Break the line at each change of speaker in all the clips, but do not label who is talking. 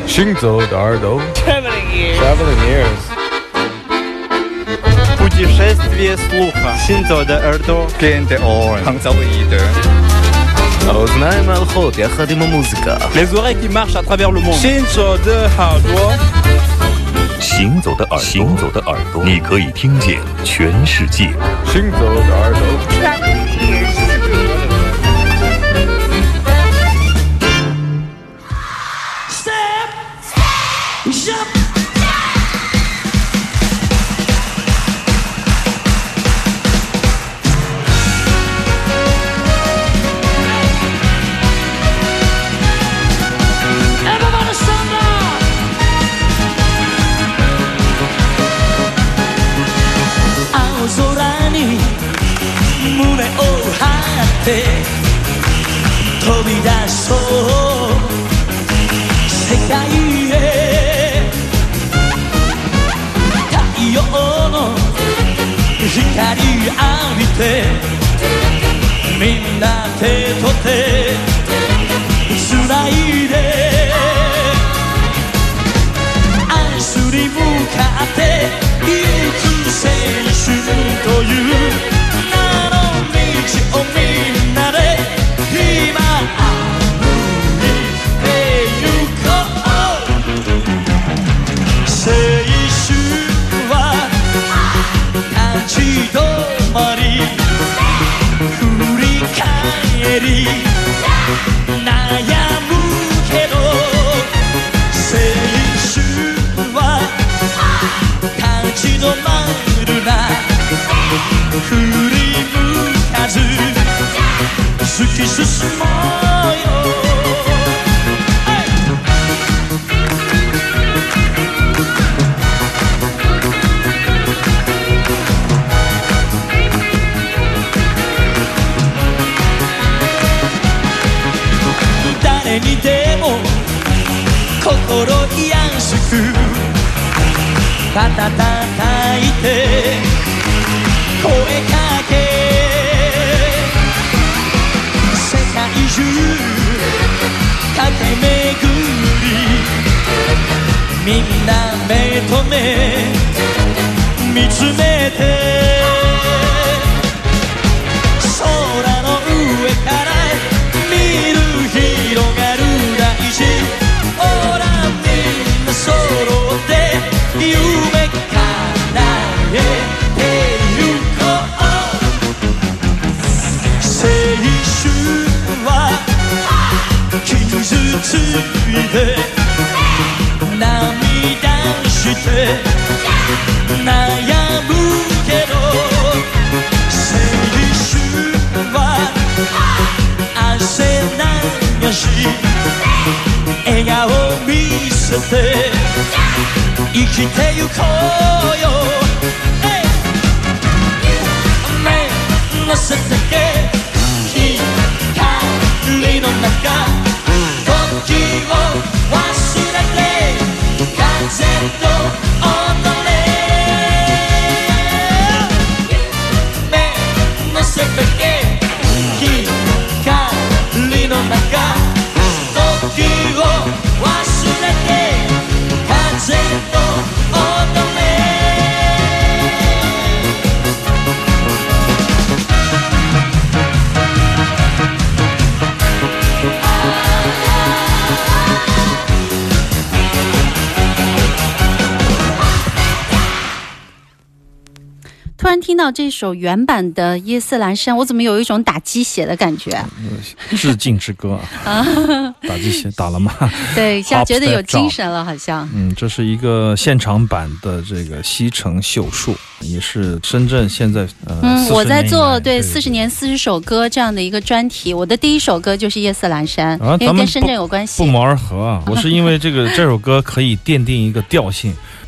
行走的耳朵
Traveling ears.
Путешествие слуха. Синзо де эрдо.
Клиенты орен.
Хангзалуиде.
האוזניים הלכות יחד עם המוזיקה.
Les oreilles qui marchent à travers le monde. Синзо де耳朵.
行走的耳朵，你可以听见全世界。
行走的耳朵。
飛び出そう世界へ太陽の光浴びてみんな手と手つないで明日に向かって行く青春という名の道をみんなで今歩いてゆこう青春は立ち止まり振り返り悩むけど青春は立ち止まるな振り向かず突き進もうよ誰にでも心安く肩たたいて声かけ世界中駆け巡りみんな目と目見つめて空の上から見る広がる大地ほらみんな揃って夢叶えてゆこう青春は傷ついて涙して悩むけど青春は汗流し笑顔見せて生きてゆこうよ目乗せて光の中時を忘れて風と踊れ目乗せて光の中時を忘れて風と踊れ
突然听到这首原版的《夜色阑珊》，我怎么有一种打鸡血的感觉？
致敬之歌啊！打鸡血打了吗？
对，一下觉得有精神了，好像。
这是一个现场版的这个西城秀树，也是深圳现在
我在做40年40首歌这样的一个专题，我的第一首歌就是《夜色阑珊》，因为跟深圳有关系。
不谋而合啊！我是因为这首歌可以奠定一个调性。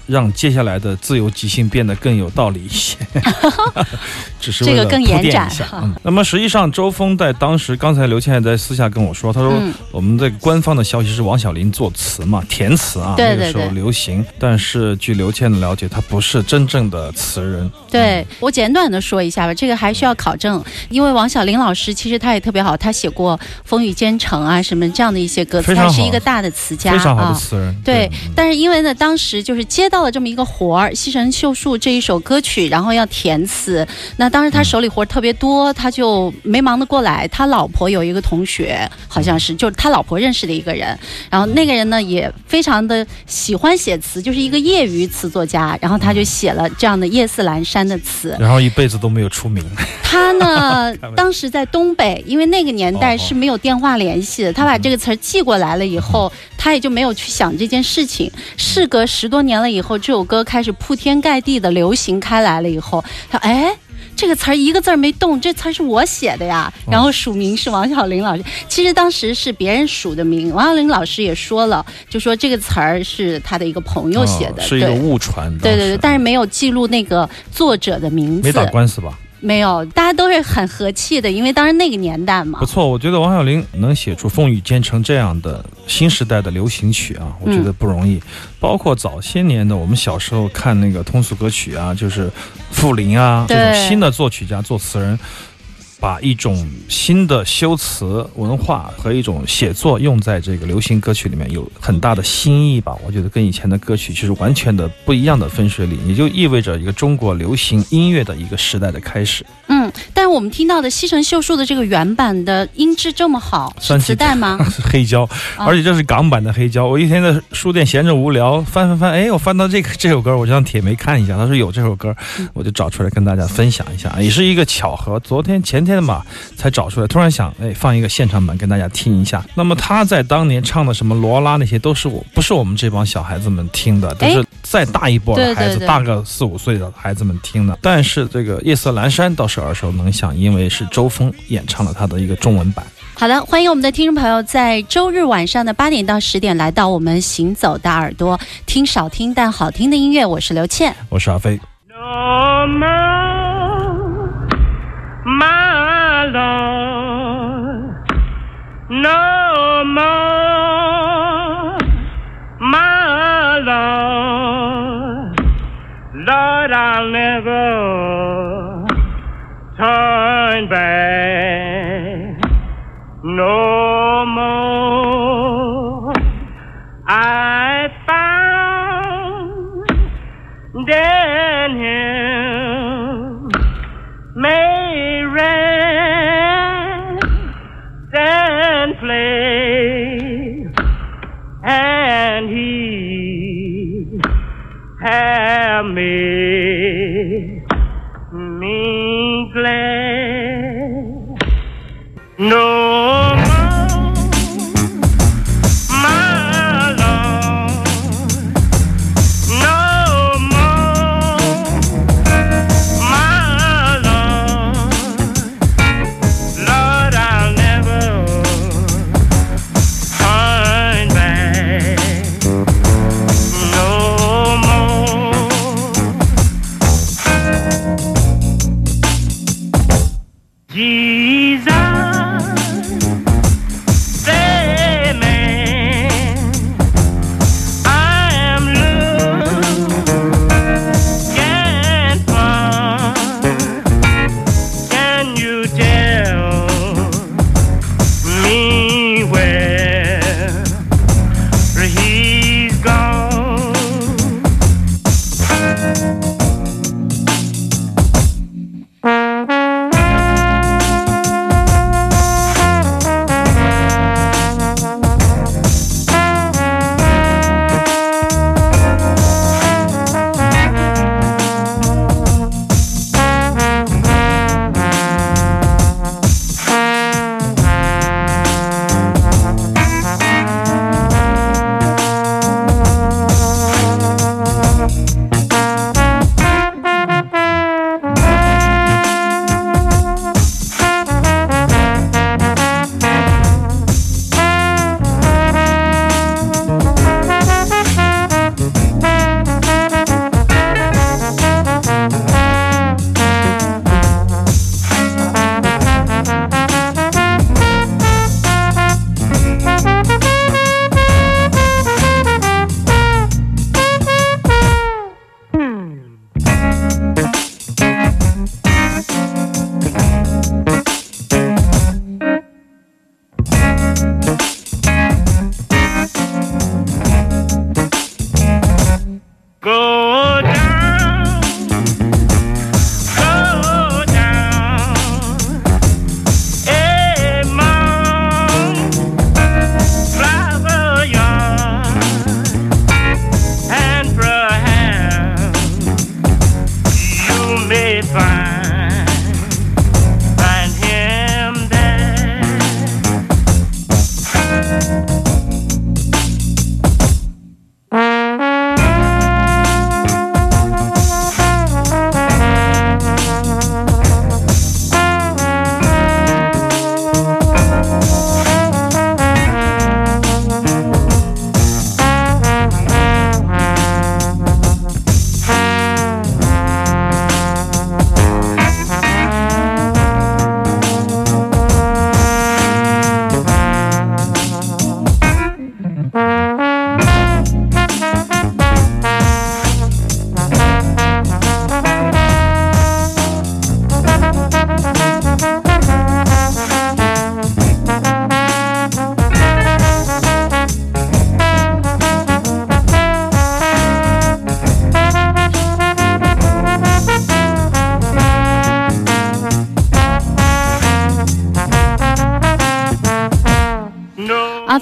让接下来的自由即兴变得更有道理一些，只是为了
这个更延展
铺垫一下。那么实际上周峰在当时，刚才刘倩也在私下跟我说，他说我们这个官方的消息是王小林作词嘛，填词啊，
对对对，
那个时候流行。但是据刘倩的了解，他不是真正的词人。
对，我简短的说一下吧，这个还需要考证，因为王小林老师其实他也特别好，他写过《风雨兼程》啊什么这样的一些歌词，他是一个大的词家，
非常好的词人。
对，但是因为呢，当时就是接到了这么一个活儿，《西城秀树》这一首歌曲，然后要填词，那当时他手里活特别多，他就没忙得过来。他老婆有一个同学，好像是就是他老婆认识的一个人，然后那个人呢也非常的喜欢写词，就是一个业余词作家，然后他就写了这样的《夜似阑珊》的词，
然后一辈子都没有出名。
他呢当时在东北，因为那个年代是没有电话联系的，他把这个词寄过来了以后，他也就没有去想这件事情。事隔10多年了以后，这首歌开始铺天盖地的流行开来了以后，他这个词儿一个字儿没动，这词儿是我写的呀，然后署名是王小林老师。其实当时是别人署的名，王小林老师也说了，就说这个词儿是他的一个朋友写的，
是一个误传。
对对对，但是没有记录那个作者的名字。
没打官司吧？
没有，大家都是很和气的，因为当时那个年代嘛。
不错，我觉得王小林能写出《风雨兼程》这样的新时代的流行曲啊，我觉得不容易。包括早些年的我们小时候看那个通俗歌曲啊，就是傅林啊这种新的作曲家、作词人，把一种新的修辞文化和一种写作用在这个流行歌曲里面，有很大的新意吧。我觉得跟以前的歌曲其实完全的不一样的分水岭，也就意味着一个中国流行音乐的一个时代的开始。
但是我们听到的西城秀树的这个原版的音质这么好，是磁带吗？
是黑胶，而且这是港版的黑胶。我一天在书店闲着无聊翻，我翻到这首歌，我就让铁梅看一下，他说有这首歌，我就找出来跟大家分享一下，也是一个巧合。昨天前天嘛才找出来，突然想放一个现场版跟大家听一下。那么他在当年唱的什么罗拉那些，不是我们这帮小孩子们听的，都是再大一波的孩子，大个4、5岁的孩子们听的。但是这个夜色阑珊倒是耳熟能详，因为是周峰演唱了他的一个中文版。
好的，欢迎我们的听众朋友在周日晚上的8点到10点来到我们行走的耳朵，听少听但好听的音乐。我是刘倩，
我是阿飞。
No more, my Lord. No more, my Lord. Lord, I'll never turn back no more. I found in him may rest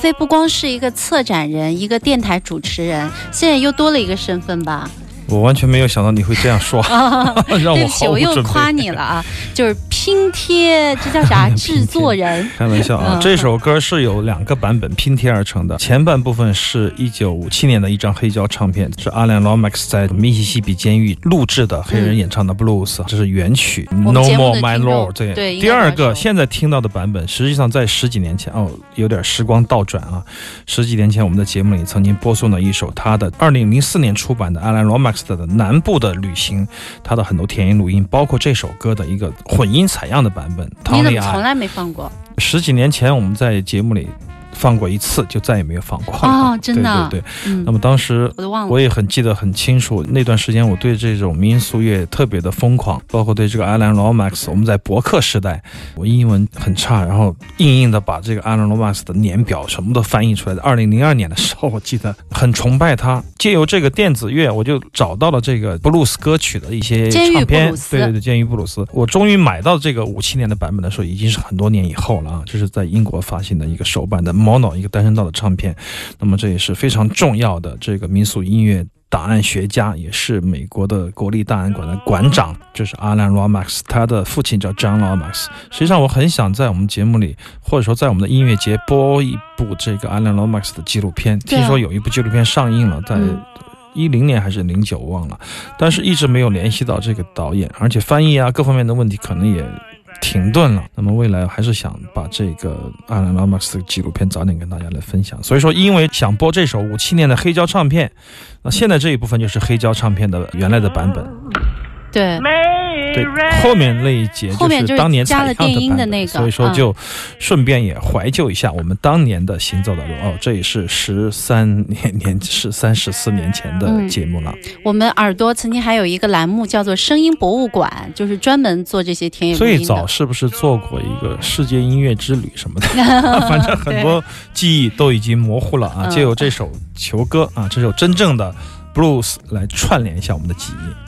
飞不光是一个策展人，一个电台主持人，现在又多了一个身份吧？
我完全没有想到你会这样说，让我毫无准备。
我又夸你了啊！就是拼贴，这叫啥？制作人。
开玩笑啊！这首歌是有2个版本拼贴而成的。前半部分是1957年的一张黑胶唱片，是阿兰·罗麦克斯在密西西比监狱录制的黑人演唱的 blues，这是原曲 No More My Lord。对，第2个现在听到的版本，实际上在10几年前有点时光倒转啊。10几年前我们的节目里曾经播送了一首他的2004年出版的阿兰·罗麦克斯的南部的旅行，他的很多田音录音，包括这首歌的一个混音采样的版本。
你怎么从来没放过
？10几年前我们在节目里放过一次，就再也没有放过了。
哦，真的。
对。那么当时我也很记得很清楚，那段时间我对这种民俗乐特别的疯狂，包括对这个 Alan Lomax。我们在博客时代，我英文很差，然后硬的把这个 Alan Lomax 的年表什么都翻译出来的。2002年的时候，我记得很崇拜他。借由这个电子乐，我就找到了这个布鲁斯歌曲的一些唱片。对，监狱布鲁斯。我终于买到这个57年的版本的时候，已经是很多年以后了啊！这是在英国发行的一个首版的 Mono 一个单声道的唱片。那么这也是非常重要的这个民俗音乐档案学家，也是美国的国立档案馆的馆长，就是阿兰·罗麦克斯，他的父亲叫 John Lomax。实际上我很想在我们节目里，或者说在我们的音乐节播一部这个阿兰·罗麦克斯的纪录片。听说有一部纪录片上映了，在10年还是09我忘了，但是一直没有联系到这个导演，而且翻译啊各方面的问题可能也停顿了。那么未来还是想把这个阿兰·罗麦克斯的纪录片早点跟大家来分享。所以说因为想播这首57年的黑胶唱片，那现在这一部分就是黑胶唱片的原来的版本。对，后面那一节就是当年采样的版本，所以说就顺便也怀旧一下我们当年的行走的路。这也是14年前的节目了。
我们耳朵曾经还有一个栏目叫做声音博物馆，就是专门做这些田野录音的。
最早是不是做过一个世界音乐之旅什么的反正很多记忆都已经模糊了啊。借由这首球歌啊，这首真正的 blues 来串联一下我们的记忆。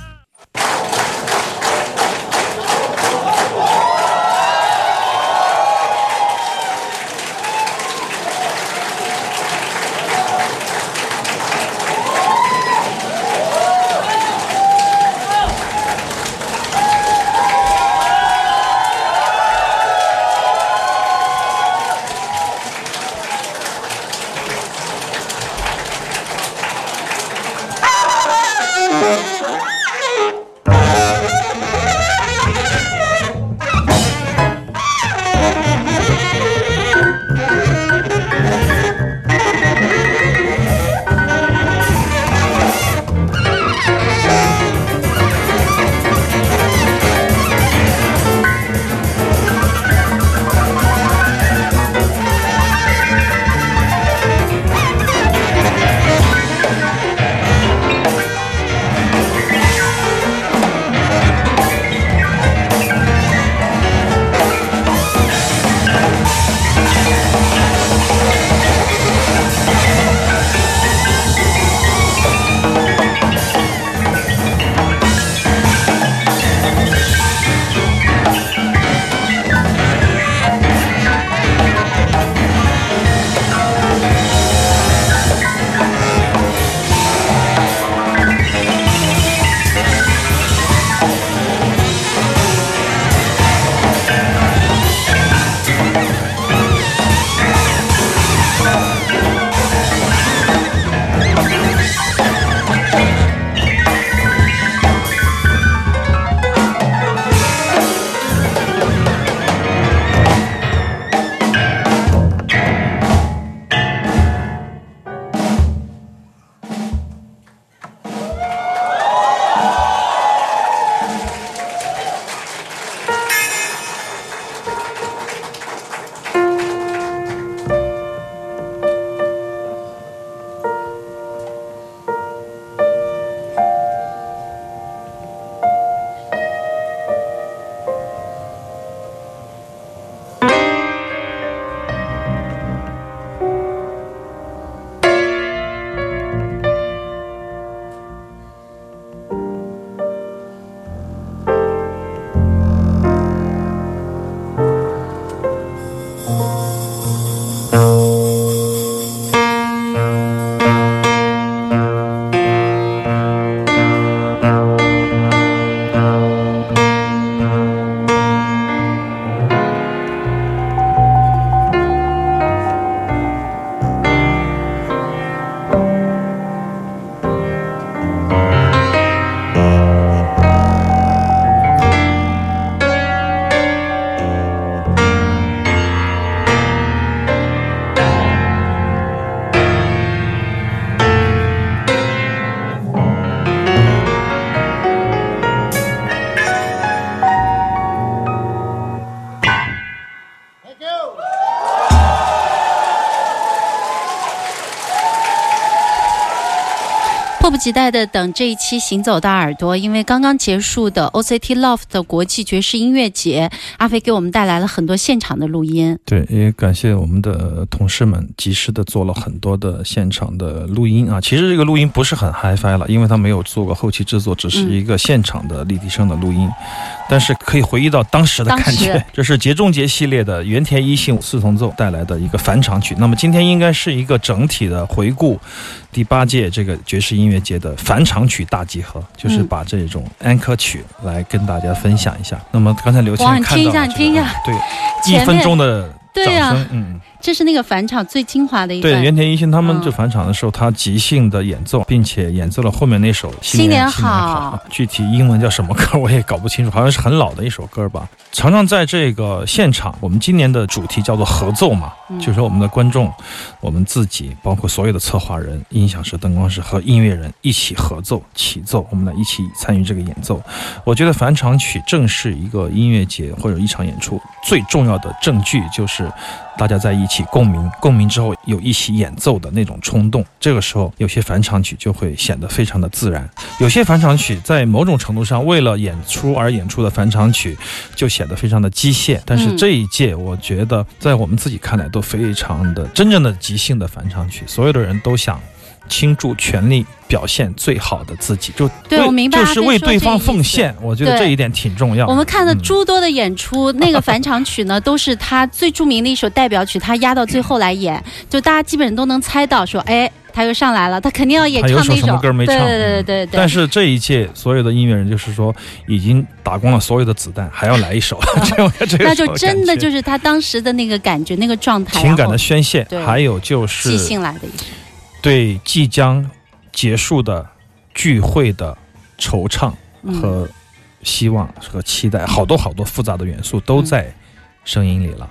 迫不及待的等这一期行走的耳朵，因为刚刚结束的 OCT Loft 的国际爵士音乐节，阿飞给我们带来了很多现场的录音。
对，也感谢我们的同事们及时的做了很多的现场的录音啊。其实这个录音不是很 hi-fi 了，因为他没有做过后期制作，只是一个现场的立体声的录音，但是可以回忆到当时的感觉。这是节中节系列的原田一信四重奏带来的一个返场曲。那么今天应该是一个整体的回顾第8届这个爵士音乐节的返场曲大集合，就是把这种安可曲来跟大家分享一下。那么刚才刘谦看到了、
你听一下，
对，1分钟的掌声，
这是那个返场最精华的一段。
对，原田一信他们这返场的时候，他即兴的演奏，并且演奏了后面那首新年好，具体英文叫什么歌我也搞不清楚，好像是很老的一首歌吧。常常在这个现场，我们今年的主题叫做合奏嘛，就是说我们的观众、我们自己，包括所有的策划人、音响师、灯光师和音乐人一起合奏、起奏，我们来一起参与这个演奏。我觉得返场曲正是一个音乐节或者一场演出最重要的证据，就是大家在一起共鸣之后有一起演奏的那种冲动。这个时候有些返场曲就会显得非常的自然，有些返场曲在某种程度上为了演出而演出的返场曲就显得非常的机械。但是这一届我觉得在我们自己看来都非常的真正的即兴的返场曲，所有的人都想倾注全力表现最好的自己，
对，我明白，
就是为对方奉献。我觉得这一点挺重要的。
我们看了诸多的演出，那个返场曲呢，都是他最著名的一首代表曲，他压到最后来演，就大家基本上都能猜到说，哎，他又上来了，他肯定要演唱那首。
他有首什么歌没唱？
对。
但是这一届所有的音乐人就是说，已经打光了所有的子弹，还要来一首，
那就真的就是他当时的那个感觉、那个状态、
情感的宣泄，还有就是
即兴来的一首。
对即将结束的聚会的惆怅和希望和期待，好多复杂的元素都在声音里了。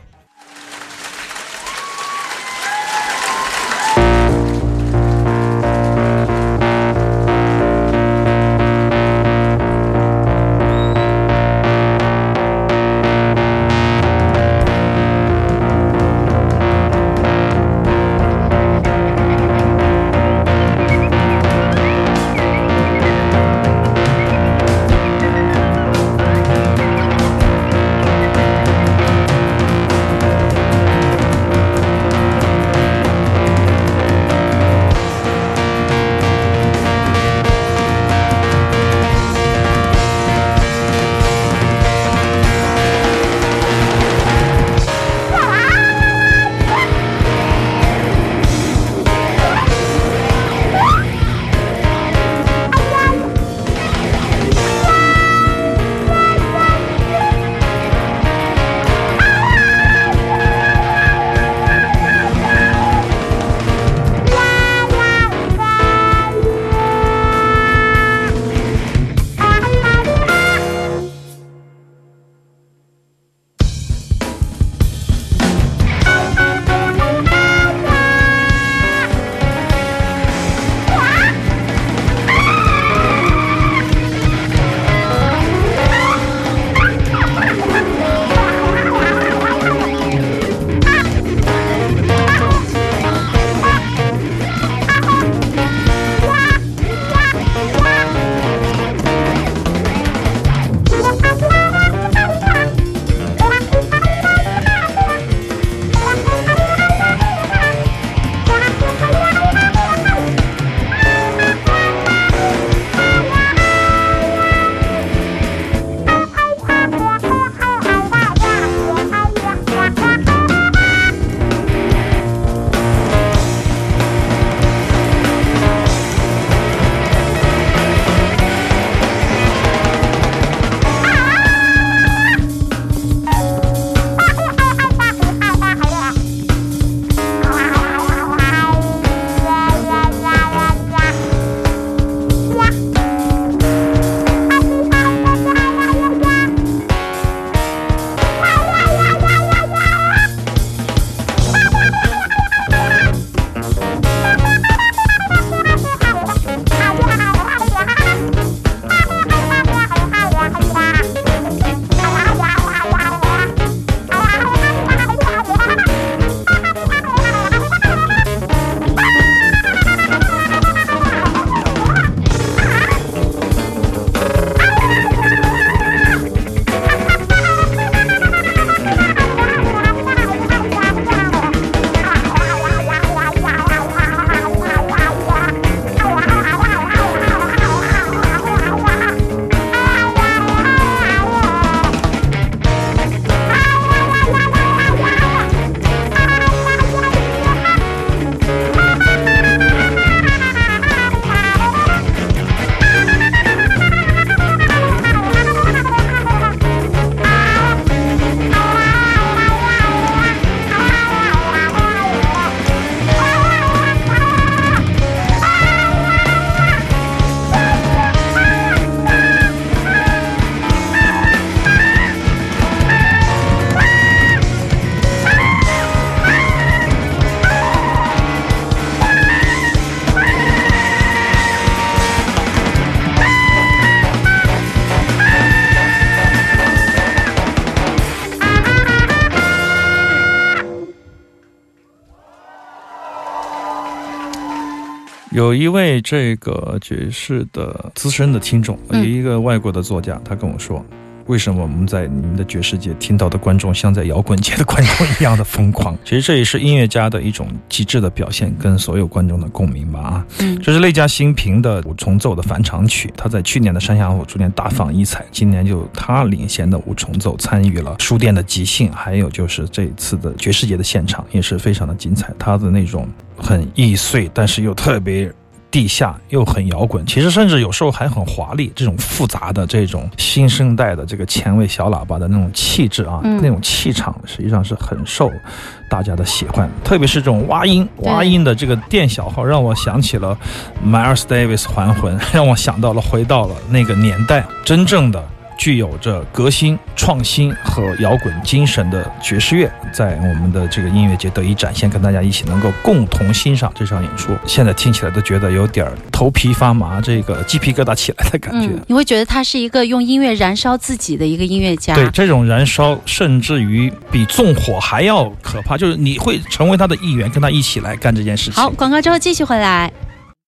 有一位这个爵士的资深的听众，有一个外国的作家，他跟我说，为什么我们在你们的爵士界听到的观众像在摇滚界的观众一样的疯狂？其实这也是音乐家的一种极致的表现，跟所有观众的共鸣吧这是内家新平的五重奏的返场曲，他在去年的山下虎书店大放异彩，今年就他领衔的五重奏参与了书店的即兴，还有就是这一次的爵士节的现场也是非常的精彩，他的那种很易碎但是又特别地下又很摇滚，其实甚至有时候还很华丽，这种复杂的这种新生代的这个前卫小喇叭的那种气质那种气场实际上是很受大家的喜欢，特别是这种挖音的这个电小号，让我想起了 Miles Davis 还魂，让我想到了回到了那个年代，真正的具有着革新创新和摇滚精神的爵士乐在我们的这个音乐节得以展现，跟大家一起能够共同欣赏这场演出，现在听起来都觉得有点头皮发麻，这个鸡皮疙瘩起来的感觉
你会觉得他是一个用音乐燃烧自己的一个音乐家。
对，这种燃烧甚至于比纵火还要可怕，就是你会成为他的一员，跟他一起来干这件事情。
好，广告之后继续回来。